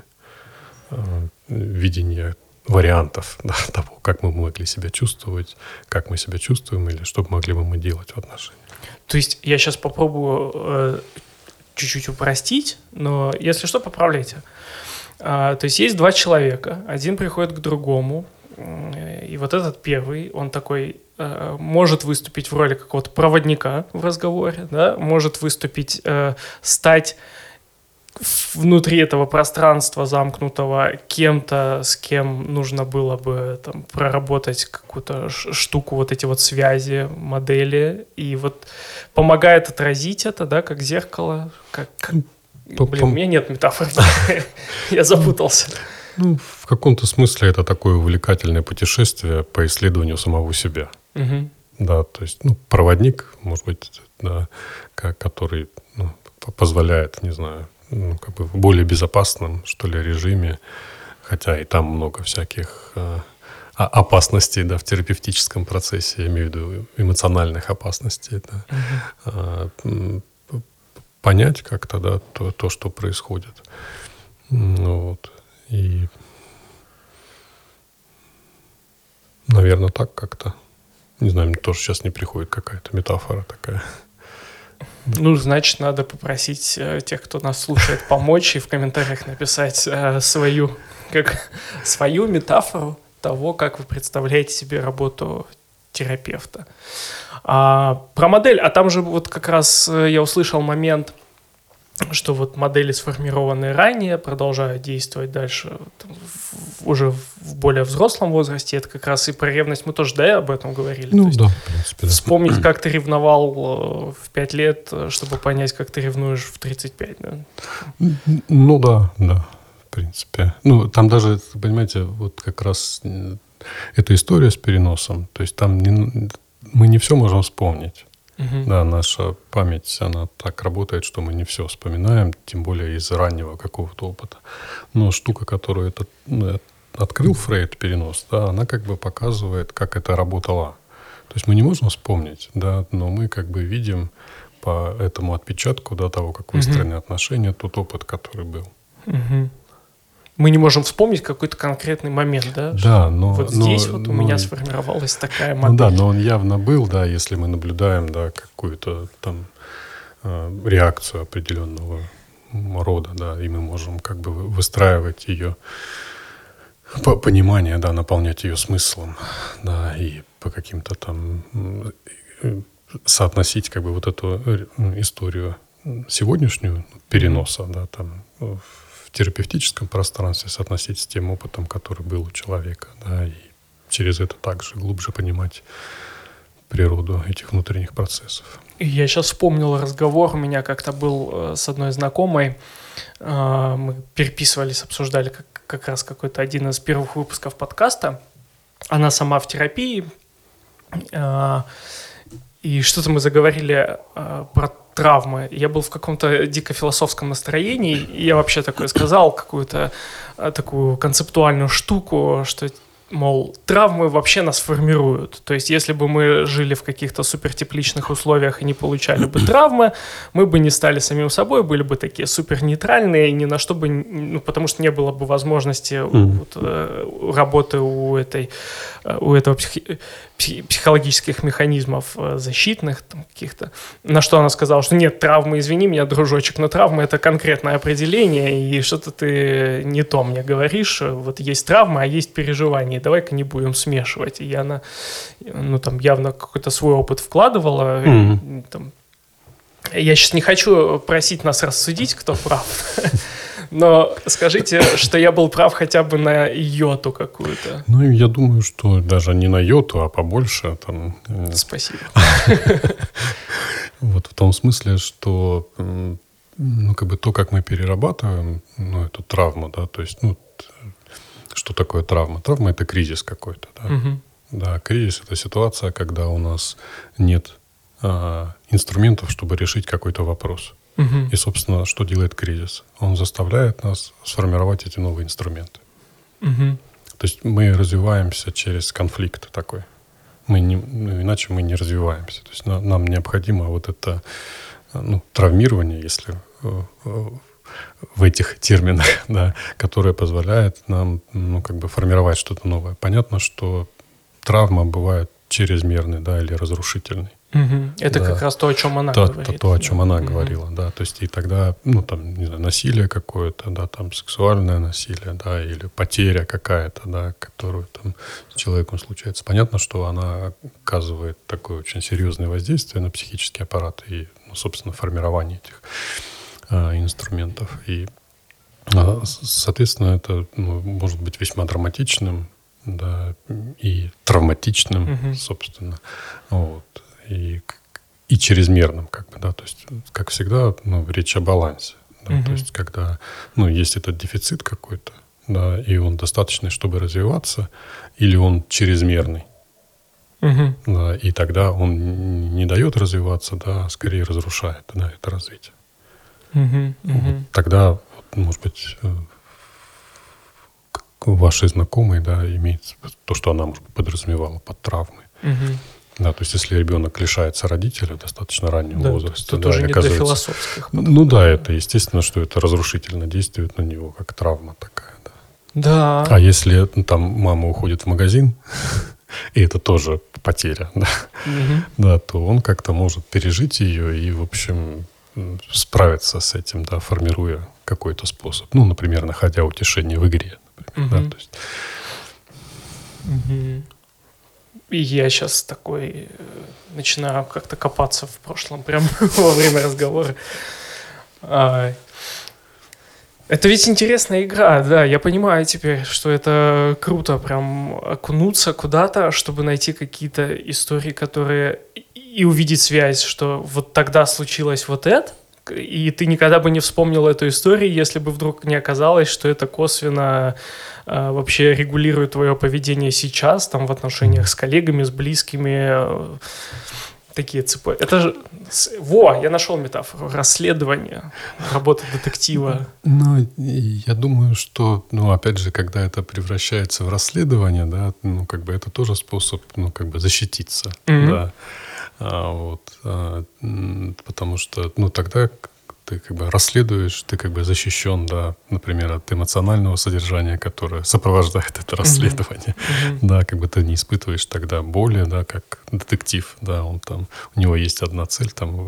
B: видения вариантов, да, того, как мы могли себя чувствовать, как мы себя чувствуем или что могли бы мы делать в отношениях.
A: То есть я сейчас попробую чуть-чуть упростить, но если что, поправляйте. То есть есть два человека, один приходит к другому, и вот этот первый, он такой может выступить в роли какого-то проводника в разговоре, да, может выступить, стать внутри этого пространства замкнутого кем-то, с кем нужно было бы там проработать какую-то штуку, вот эти вот связи, модели, и вот помогает отразить это, да, как зеркало, как... Блин, у меня нет метафор, я запутался.
B: Ну, в каком-то смысле это такое увлекательное путешествие по исследованию самого себя. Да, то есть, ну, проводник, может быть, да, который, ну, позволяет, не знаю, ну, как бы в более безопасном, что ли, режиме, хотя и там много всяких опасностей, да, в терапевтическом процессе, я имею в виду эмоциональных опасностей, да, понять как-то, да, то, что происходит. Ну, вот. И, наверное, так как-то. Не знаю, мне тоже сейчас не приходит какая-то метафора такая.
A: Ну, значит, надо попросить тех, кто нас слушает, помочь и в комментариях написать свою метафору того, как вы представляете себе работу терапевта. Про модель, а там же вот как раз я услышал момент, что вот модели, сформированные ранее, продолжают действовать дальше уже в более взрослом возрасте. Это как раз и про ревность мы тоже, да, об этом говорили.
B: Ну,
A: то есть
B: да, в принципе, да.
A: вспомнить, как ты ревновал в 5 лет, чтобы понять, как ты ревнуешь в 35, да?
B: Ну, да, в принципе. Ну, там даже, понимаете, вот как раз эта история с переносом, то есть там мы не все можем вспомнить. Да, наша память, она так работает, что мы не все вспоминаем, тем более из раннего какого-то опыта. Но штука, которую открыл Фрейд, перенос, да, она как бы показывает, как это работало. То есть мы не можем вспомнить, да, но мы как бы видим по этому отпечатку, да, того, как выстроены отношения, тот опыт, который был.
A: Мы не можем вспомнить какой-то конкретный момент, да?
B: Да, но...
A: Вот здесь вот у меня сформировалась такая модель.
B: Ну да, но он явно был, да, если мы наблюдаем, да, какую-то там реакцию определенного рода, да, и мы можем как бы выстраивать ее понимание, да, наполнять ее смыслом, да, и по каким-то там соотносить как бы вот эту историю сегодняшнюю переноса, да, там в терапевтическом пространстве соотносить с тем опытом, который был у человека, да, и через это также глубже понимать природу этих внутренних процессов.
A: Я сейчас вспомнил разговор, у меня как-то был с одной знакомой, мы переписывались, обсуждали как раз какой-то один из первых выпусков подкаста, она сама в терапии, и что-то мы заговорили про травмы. Я был в каком-то дико философском настроении, и я вообще такое сказал, какую-то такую концептуальную штуку, что, мол, травмы вообще нас формируют. То есть, если бы мы жили в каких-то супертепличных условиях и не получали бы травмы, мы бы не стали самим собой, были бы такие супернейтральные, ни на что бы, ну, потому что не было бы возможности работы у этого психологических механизмов защитных там, каких-то. На что она сказала, что нет, травмы, извини меня, дружочек, но травмы — это конкретное определение, и что-то ты не то мне говоришь. Вот есть травмы, а есть переживания, давай-ка не будем смешивать. И она, ну, там, явно какой-то свой опыт вкладывала. Там. Я сейчас не хочу просить нас рассудить, кто прав. Но скажите, что я был прав хотя бы на йоту какую-то.
B: Ну, я думаю, что даже не на йоту, а побольше. Там,
A: Спасибо.
B: Вот в том смысле, что ну, как бы то, как мы перерабатываем ну, эту травму, да, то есть, ну, что такое травма? Травма — это кризис какой-то, да. Да, кризис — это ситуация, когда у нас нет инструментов, чтобы решить какой-то вопрос. И, собственно, что делает кризис? Он заставляет нас сформировать эти новые инструменты. То есть мы развиваемся через конфликт такой. Иначе мы не развиваемся. То есть нам необходимо вот это травмирование, если в этих терминах, да, которое позволяет нам как бы формировать что-то новое. Понятно, что травма бывает чрезмерной, да, или разрушительной.
A: Это
B: да.
A: как раз то, о чем она говорит.
B: То, о чем она говорила, да. То есть и тогда, ну, там, не знаю, насилие какое-то, да, там, сексуальное насилие, да, или потеря какая-то, да, которую там с человеком случается. Понятно, что она оказывает такое очень серьезное воздействие на психический аппарат и, ну, собственно, формирование этих инструментов. И, соответственно, это может быть весьма драматичным, да, и травматичным, собственно, вот. И чрезмерным, как бы, да, то есть, как всегда, речь о балансе, да, то есть, когда, есть этот дефицит какой-то, да, и он достаточный, чтобы развиваться, или он чрезмерный, да, и тогда он не дает развиваться, да, а скорее разрушает, да, это развитие. Вот тогда, может быть, ваши знакомые, да, имеют то, что она, может быть, подразумевала под травмой. Да, то есть, если ребенок лишается родителя в достаточно раннем возрасте.
A: Тут уже не для философских.
B: Ну да, это естественно, что это разрушительно действует на него, как травма такая.
A: Да.
B: А если там мама уходит в магазин, и это тоже потеря, да, да, то он как-то может пережить ее и, в общем, справиться с этим, да, формируя какой-то способ. Ну, например, находя утешение в игре. Например, да, то есть.
A: И я сейчас такой начинаю как-то копаться в прошлом, прям во время разговора. А, Это ведь интересная игра, да, я понимаю теперь, что это круто, прям окунуться куда-то, чтобы найти какие-то истории, которые... И увидеть связь, что вот тогда случилось вот это, и ты никогда бы не вспомнил эту историю, если бы вдруг не оказалось, что это косвенно вообще регулирует твое поведение сейчас, там, в отношениях с коллегами, с близкими, такие цепочки. Это же... я нашел метафору. Расследование, работа детектива.
B: Ну, я думаю, что, опять же, когда это превращается в расследование, да, как бы это тоже способ, как бы защититься, да. Потому что, тогда ты как бы расследуешь, ты как бы защищен, да, например, от эмоционального содержания, которое сопровождает это расследование. Да, как бы ты не испытываешь тогда боли, да, как детектив, да, у него есть одна цель,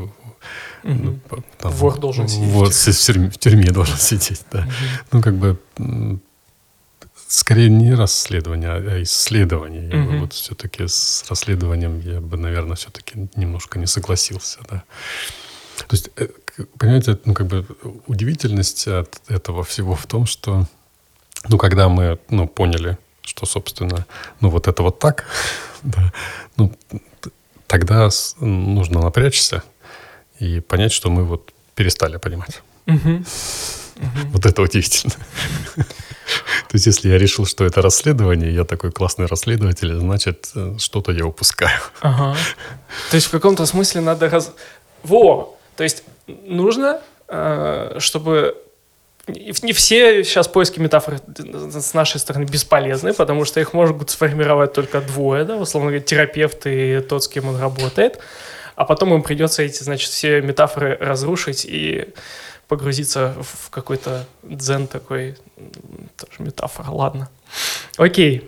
A: вор должен сидеть.
B: Вот, в тюрьме должен сидеть, да. Как бы скорее не расследование, а исследование. Я бы вот все-таки с расследованием я бы, наверное, все-таки немножко не согласился, да. То есть, понимаете, как бы удивительность от этого всего в том, что, когда мы, поняли, что, собственно, вот это вот так, да, тогда нужно напрячься и понять, что мы вот перестали понимать. Вот это удивительно. То есть, если я решил, что это расследование, я такой классный расследователь, значит, что-то я упускаю.
A: Ага. То есть, в каком-то смысле надо... То есть, нужно, чтобы... Не все сейчас поиски метафор с нашей стороны бесполезны, потому что их могут сформировать только двое, да, условно говоря, терапевт и тот, с кем он работает. А потом им придется эти, значит, все метафоры разрушить и погрузиться в какой-то дзен такой, тоже метафора, ладно. Окей.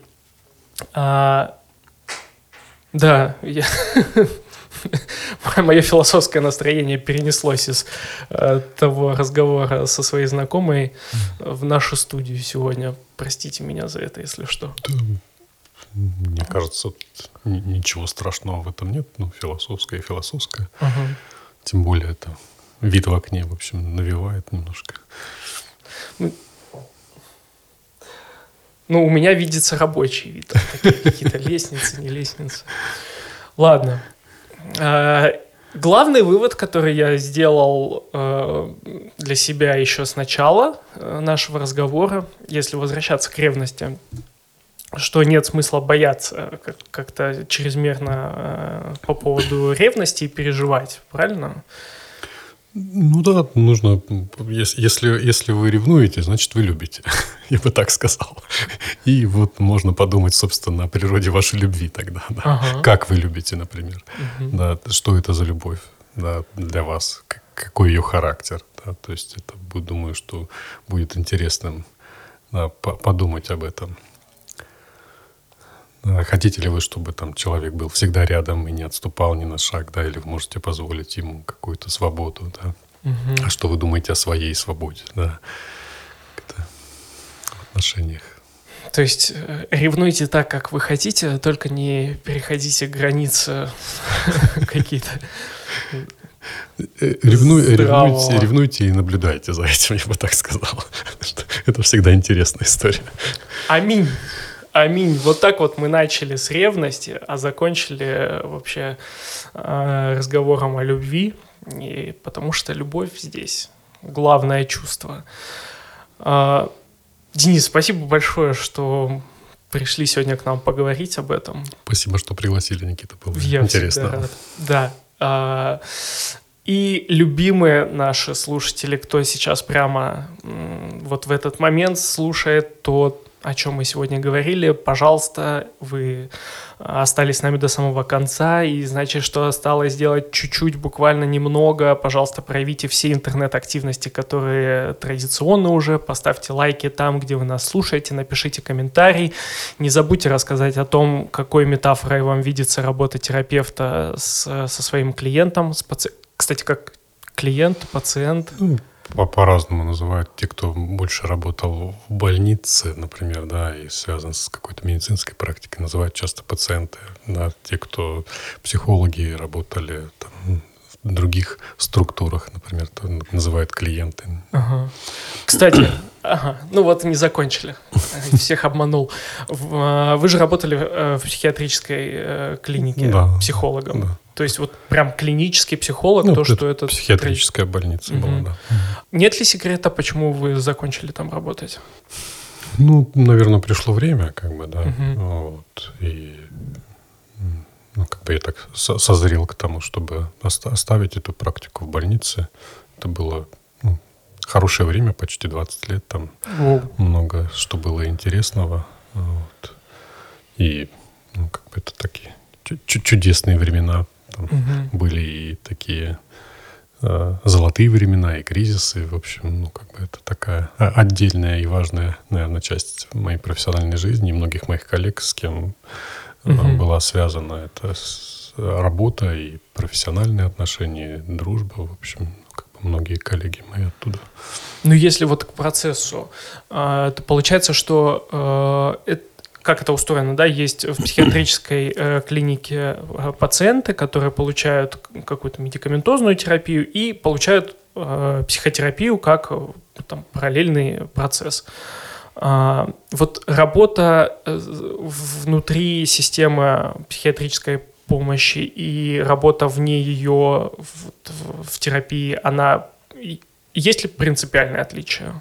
A: Да, мое философское настроение перенеслось из того разговора со своей знакомой в нашу студию сегодня. Простите меня за это, если что.
B: Да, мне кажется, ничего страшного в этом нет. Философское. Тем более это... Вид в окне, в общем, навевает немножко.
A: У меня видится рабочий вид. Какие-то лестницы, не лестницы. Ладно. Главный вывод, который я сделал для себя еще с начала нашего разговора, если возвращаться к ревности, что нет смысла бояться как-то чрезмерно по поводу ревности и переживать, правильно?
B: Да, нужно, если вы ревнуете, значит, вы любите. Я бы так сказал. И вот можно подумать, собственно, о природе вашей любви тогда. Да. Ага. Как вы любите, например. Да, что это за любовь, да, для вас, какой ее характер. Да. То есть это, думаю, что будет интересным, да, подумать об этом. Хотите ли вы, чтобы человек был всегда рядом и не отступал ни на шаг, да, или вы можете позволить ему какую-то свободу, да? А что вы думаете о своей свободе, да, в отношениях?
A: То есть ревнуйте так, как вы хотите, только не переходите границы какие-то.
B: Ревнуйте и наблюдайте за этим, я бы так сказал. Это всегда интересная история.
A: Аминь. Вот так вот мы начали с ревности, а закончили вообще разговором о любви, и потому что любовь здесь главное чувство. Денис, спасибо большое, что пришли сегодня к нам поговорить об этом.
B: Спасибо, что пригласили, Никита, было интересно.
A: Да. И любимые наши слушатели, кто сейчас прямо вот в этот момент слушает то, о чем мы сегодня говорили, пожалуйста, вы остались с нами до самого конца, и значит, что осталось сделать чуть-чуть, буквально немного. Пожалуйста, проявите все интернет-активности, которые традиционно уже, поставьте лайки там, где вы нас слушаете, напишите комментарий. Не забудьте рассказать о том, какой метафорой вам видится работа терапевта со своим клиентом. Кстати, как клиент, пациент...
B: По-разному называют. Те, кто больше работал в больнице, например, да, и связан с какой-то медицинской практикой, называют часто пациенты. Да. Те, кто психологи, работали в других структурах, например, то называют клиенты.
A: Ага. Кстати, ну вот не закончили. Всех обманул. Вы же работали в психиатрической клинике психологом.
B: Да.
A: То есть вот прям клинический психолог, то, что это...
B: Психиатрическая больница была, да.
A: Нет ли секрета, почему вы закончили там работать?
B: Ну, наверное, пришло время, как бы, да. Вот. И, ну, как бы я так созрел к тому, чтобы оставить эту практику в больнице. Это было хорошее время, почти 20 лет. Там много что было интересного. Вот. И, ну, как бы это такие чудесные времена. Там были и такие золотые времена, и кризисы. В общем, ну, как бы это такая отдельная и важная, наверное, часть моей профессиональной жизни и многих моих коллег, с кем была связана эта работа и профессиональные отношения, и дружба. В общем, как бы многие коллеги мои оттуда.
A: Ну, если вот к процессу, то получается, что как это устроено, да, есть в психиатрической клинике пациенты, которые получают какую-то медикаментозную терапию и получают психотерапию как там параллельный процесс. Вот работа внутри системы психиатрической помощи и работа вне ее в терапии, есть ли принципиальное отличие?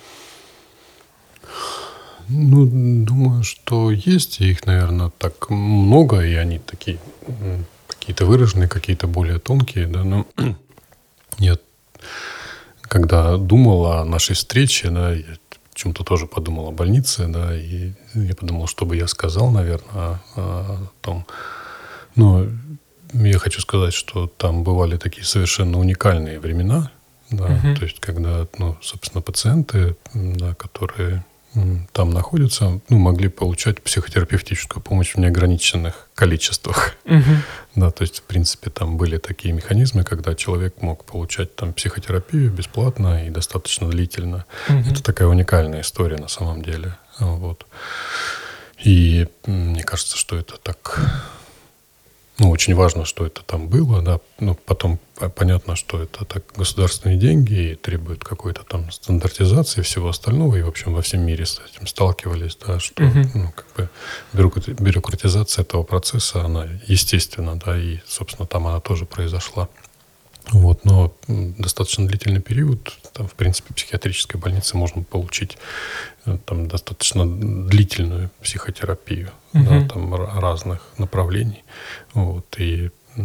B: Ну, думаю, что есть. Их, наверное, так много, и они такие какие-то выраженные, какие-то более тонкие, да. Но я, когда думал о нашей встрече, да, я почему-то тоже подумал о больнице, да, и я подумал, что бы я сказал, наверное, о том. Но я хочу сказать, что там бывали такие совершенно уникальные времена, да, то есть когда, ну, собственно, пациенты, да, которые там находятся, ну, могли получать психотерапевтическую помощь в неограниченных количествах. Да, то есть, в принципе, там были такие механизмы, когда человек мог получать там психотерапию бесплатно и достаточно длительно. Это такая уникальная история на самом деле. Вот. И мне кажется, что это так... Ну, очень важно, что это там было, да. Но потом понятно, что это так государственные деньги и требуют какой-то там стандартизации всего остального. И, в общем, во всем мире с этим сталкивались, да, что ну, как бы бюрократизация этого процесса, она естественна, да, и, собственно, там она тоже произошла. Вот, но достаточно длительный период, там, в принципе, в психиатрической больнице можно получить там достаточно длительную психотерапию, да, там разных направлений. Вот, и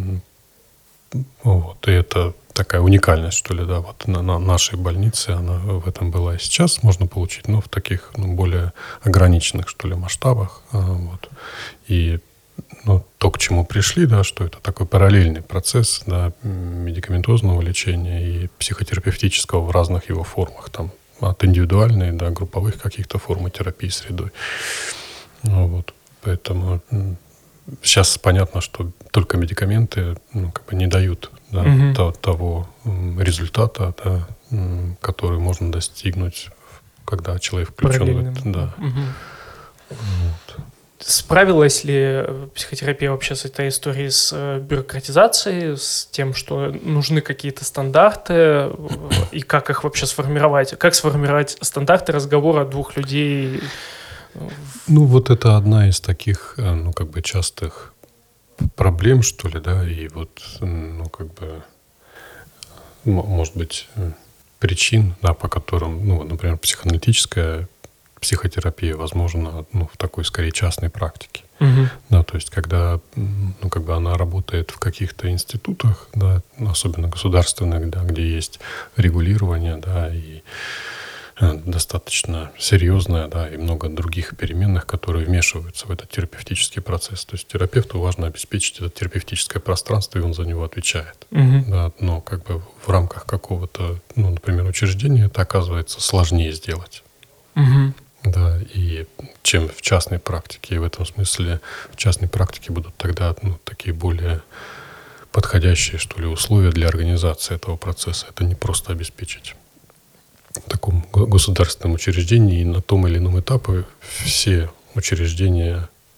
B: это такая уникальность, что ли, да, вот на нашей больнице она в этом была и сейчас можно получить, но в таких, ну, более ограниченных, что ли, масштабах. Вот. И то, к чему пришли, да, что это такой параллельный процесс, да, медикаментозного лечения и психотерапевтического в разных его формах, там, от индивидуальной до групповых каких-то форм терапии средой. Вот. Поэтому сейчас понятно, что только медикаменты, ну, как бы не дают, да, того результата, да, который можно достигнуть, когда человек включен в это. Да. Вот.
A: Справилась ли психотерапия вообще с этой историей, с бюрократизацией, с тем, что нужны какие-то стандарты, и как их вообще сформировать? Как сформировать стандарты разговора двух людей?
B: Ну, вот это одна из таких, ну, как бы частых проблем, что ли, да, и вот, ну, как бы, может быть, причин, да, по которым, ну, например, психоаналитическая психотерапия возможна, ну, в такой, скорее, частной практике. Да, то есть, когда, ну, как бы она работает в каких-то институтах, да, особенно государственных, да, где есть регулирование, да, и достаточно серьезная, да, и много других переменных, которые вмешиваются в этот терапевтический процесс. То есть терапевту важно обеспечить это терапевтическое пространство, и он за него отвечает. Да, но как бы в рамках какого-то, ну, например, учреждения это оказывается сложнее сделать. Да, и чем в частной практике. И в этом смысле в частной практике будут тогда, ну, такие более подходящие, что ли, условия для организации этого процесса. Это не просто обеспечить в таком государственном учреждении, и на том или ином этапе все учреждения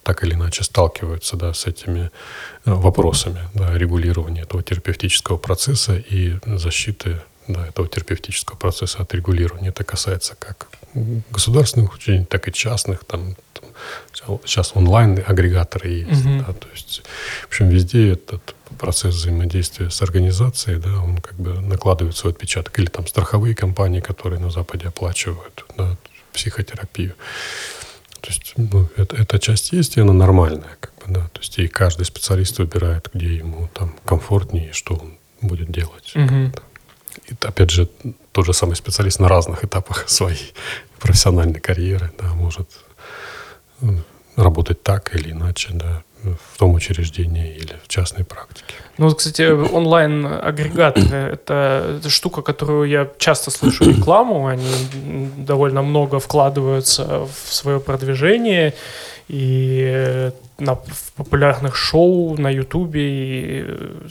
B: так или иначе сталкиваются, да, с этими вопросами, да, регулирования этого терапевтического процесса и защиты, да, этого терапевтического процесса от регулирования. Это касается как государственных учреждений, так и частных. Там сейчас онлайн-агрегаторы есть. Да, то есть, в общем, везде этот процесс взаимодействия с организацией, да, он как бы накладывает свой отпечаток. Или там страховые компании, которые на Западе оплачивают, да, психотерапию. То есть, эта часть есть, и она нормальная. Как бы, да. То есть, и каждый специалист выбирает, где ему там комфортнее, что он будет делать. И, опять же, тот же самый специалист на разных этапах своей профессиональной карьеры, да, может работать так или иначе, да, в том учреждении или в частной практике.
A: Ну, вот, кстати, онлайн-агрегаторы — это штука, которую я часто слышу рекламу, они довольно много вкладываются в свое продвижение, и в популярных шоу на Ютубе, и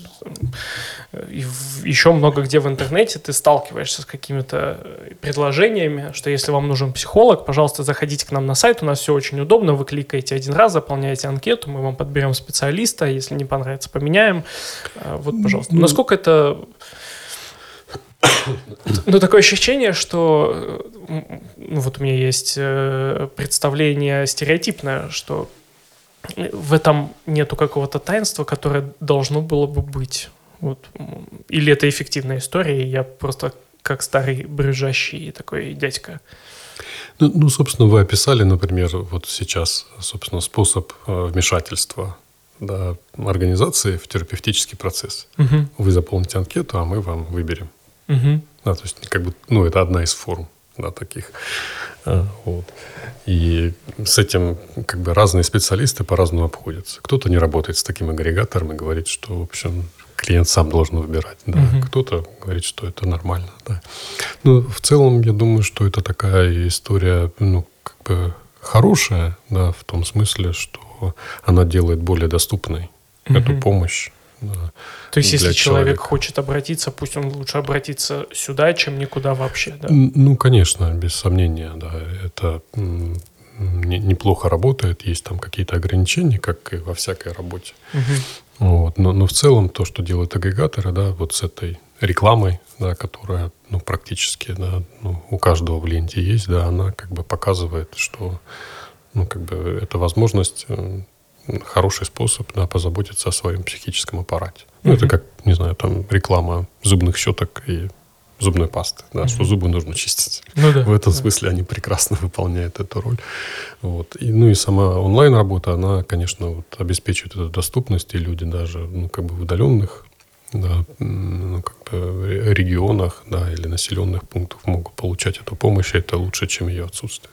A: еще много где в интернете ты сталкиваешься с какими-то предложениями, что если вам нужен психолог, пожалуйста, заходите к нам на сайт, у нас все очень удобно, вы кликаете один раз, заполняете анкету, мы вам подберем специалиста, если не понравится, поменяем. Вот, пожалуйста. Насколько это... Ну, такое ощущение, что вот у меня есть представление стереотипное, что в этом нету какого-то таинства, которое должно было бы быть. Вот. Или это эффективная история, и я просто как старый брюзжащий такой дядька.
B: Ну, собственно, вы описали, например, вот сейчас, собственно, способ вмешательства, да, организации в терапевтический процесс. Вы заполните анкету, а мы вам выберем. Да, то есть, как бы, ну, это одна из форм, да, таких. Вот. И с этим как бы разные специалисты по-разному обходятся. Кто-то не работает с таким агрегатором и говорит, что, в общем, клиент сам должен выбирать. Да. Кто-то говорит, что это нормально. Да. Но в целом, я думаю, что это такая история, ну, как бы хорошая, да, в том смысле, что она делает более доступной эту помощь. Да,
A: то есть, если человек хочет обратиться, пусть он лучше обратится сюда, чем никуда вообще, да?
B: Ну, конечно, без сомнения, да. Это неплохо работает. Есть там какие-то ограничения, как и во всякой работе. Вот. Но в целом то, что делают агрегаторы, да, вот с этой рекламой, да, которая, ну, практически, да, ну, у каждого в ленте есть, да, она как бы показывает, что, ну, как бы это возможность... хороший способ, да, позаботиться о своем психическом аппарате. Ну, это как, не знаю, там реклама зубных щеток и зубной пасты, да, что зубы нужно чистить.
A: Ну, да,
B: в этом смысле они прекрасно выполняют эту роль. Вот. И сама онлайн-работа, она, конечно, вот, обеспечивает эту доступность, и люди даже, ну, как бы в удаленных, да, ну, как бы регионах, да, или населенных пунктах могут получать эту помощь, и это лучше, чем ее отсутствие.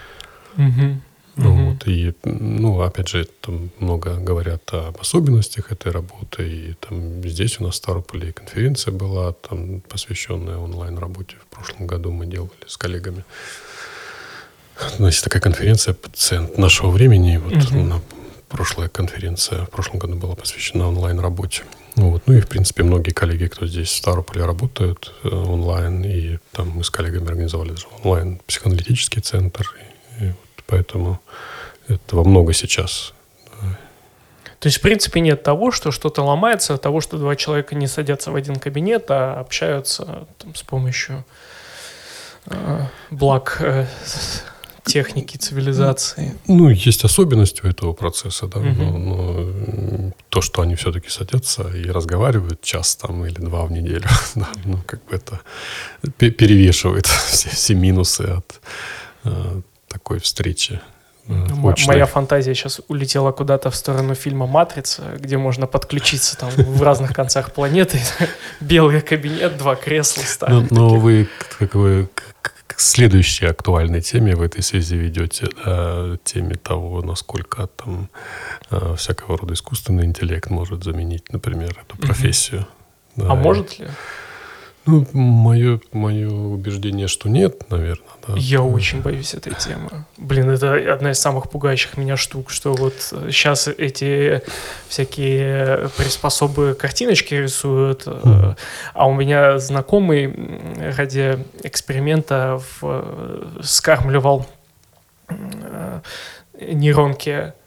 B: Вот, и, ну, опять же, там много говорят об особенностях этой работы. И там здесь у нас в Ставрополе конференция была, там, посвященная онлайн-работе. В прошлом году мы делали с коллегами. Значит, такая конференция «Пациент нашего времени». И вот прошлая конференция в прошлом году была посвящена онлайн-работе. Вот. Ну и, в принципе, многие коллеги, кто здесь в Ставрополе работают онлайн, и там мы с коллегами организовали даже онлайн-психоаналитический центр. И вот поэтому это во много сейчас.
A: То есть, в принципе, нет того, что что-то ломается, от того, что два человека не садятся в один кабинет, а общаются там, с помощью благ техники, цивилизации.
B: Ну, есть особенности у этого процесса, да, но то, что они все-таки садятся и разговаривают час там, или два в неделю, да, ну, как бы это перевешивает все минусы от такой встречи.
A: Моя фантазия сейчас улетела куда-то в сторону фильма «Матрица», где можно подключиться там в разных концах планеты. Белый кабинет, два кресла ставят.
B: Но вы к следующей актуальной теме в этой связи ведете, да, теме того, насколько там всякого рода искусственный интеллект может заменить, например, эту профессию. Да,
A: а может ли?
B: Ну, мое убеждение, что нет, наверное. Да.
A: Я очень боюсь этой темы. Блин, это одна из самых пугающих меня штук, что вот сейчас эти всякие приспособы картиночки рисуют, а у меня знакомый ради эксперимента скармливал нейронке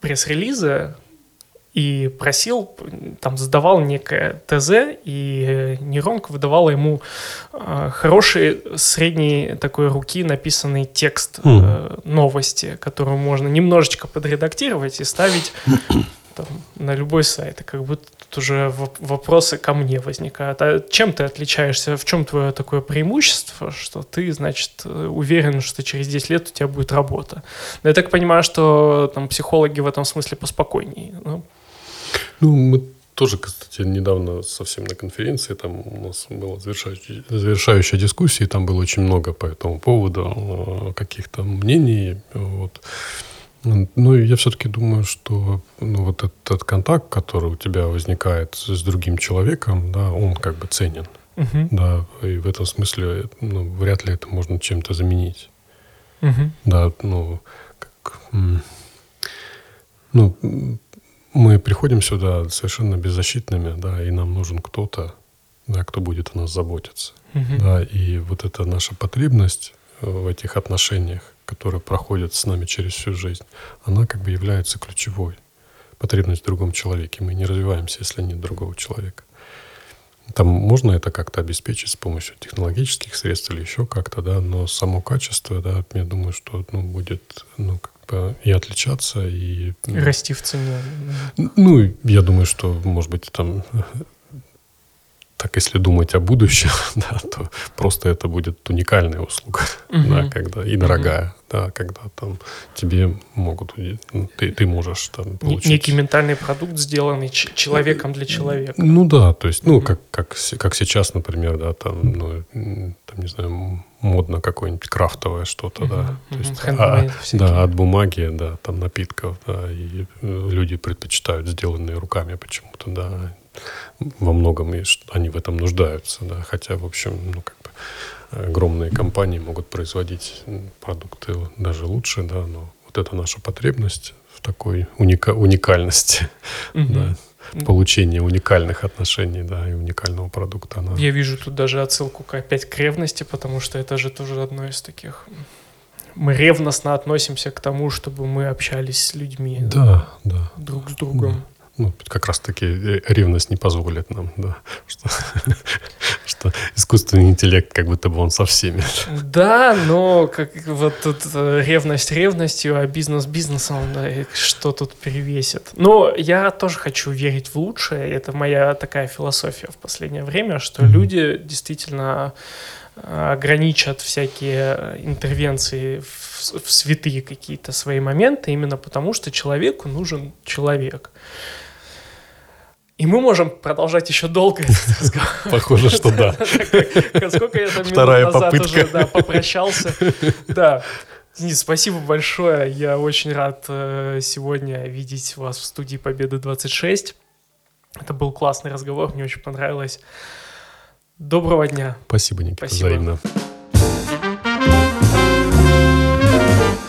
A: пресс-релизы и просил, там, задавал некое ТЗ, и нейронка выдавала ему хороший, средней такой руки написанный текст новости, который можно немножечко подредактировать и ставить там, на любой сайт. И как будто тут уже вопросы ко мне возникают. А чем ты отличаешься? В чем твое такое преимущество, что ты, значит, уверен, что через 10 лет у тебя будет работа? Но я так понимаю, что там психологи в этом смысле поспокойнее.
B: Ну, мы тоже, кстати, недавно совсем на конференции, там у нас была завершающая дискуссия, и там было очень много по этому поводу каких-то мнений. Вот. Ну, я все-таки думаю, что вот этот контакт, который у тебя возникает с другим человеком, да, он как бы ценен. Да, и в этом смысле вряд ли это можно чем-то заменить. Да, мы приходим сюда совершенно беззащитными, да, и нам нужен кто-то, да, кто будет о нас заботиться. Да, и вот эта наша потребность в этих отношениях, которые проходят с нами через всю жизнь, она как бы является ключевой. Потребность в другом человеке. Мы не развиваемся, если нет другого человека. Там можно это как-то обеспечить с помощью технологических средств или еще как-то, да, но само качество, да, я думаю, что будет как бы и отличаться, и
A: расти в цене.
B: Ну, я думаю, что, может быть, там так, если думать о будущем, да, то просто это будет уникальная услуга, да, когда и дорогая, да, когда там тебе могут, ты можешь там получить...
A: Некий ментальный продукт, сделанный человеком для человека.
B: Ну да, то есть, как сейчас, например, да, там, не знаю, модно какое-нибудь крафтовое что-то, да, то есть, от бумаги, да, там напитков, да, и люди предпочитают сделанные руками почему-то, да. Во многом они в этом нуждаются, да, хотя, в общем, огромные компании могут производить продукты даже лучше, да, но вот это наша потребность в такой уникальности, да, получения уникальных отношений, да, и уникального продукта.
A: Я вижу тут даже отсылку опять к ревности, потому что это же тоже одно из таких... Мы ревностно относимся к тому, чтобы мы общались с людьми,
B: да.
A: друг с другом.
B: Да. Как раз-таки ревность не позволит нам, да, что искусственный интеллект, как будто бы он со всеми.
A: Да, но вот тут ревность ревностью, а бизнес бизнесом, да, и что тут перевесит. Но я тоже хочу верить в лучшее. Это моя такая философия в последнее время, что люди действительно ограничат всякие интервенции в святые какие-то свои моменты именно потому, что человеку нужен человек. И мы можем продолжать еще долго этот разговор.
B: Похоже, что да.
A: Сколько я там минут
B: Вторая
A: назад
B: попытка.
A: уже попрощался. Да. Денис, спасибо большое. Я очень рад сегодня видеть вас в студии Победы-26. Это был классный разговор, мне очень понравилось. Доброго дня.
B: Спасибо, Никита, взаимно.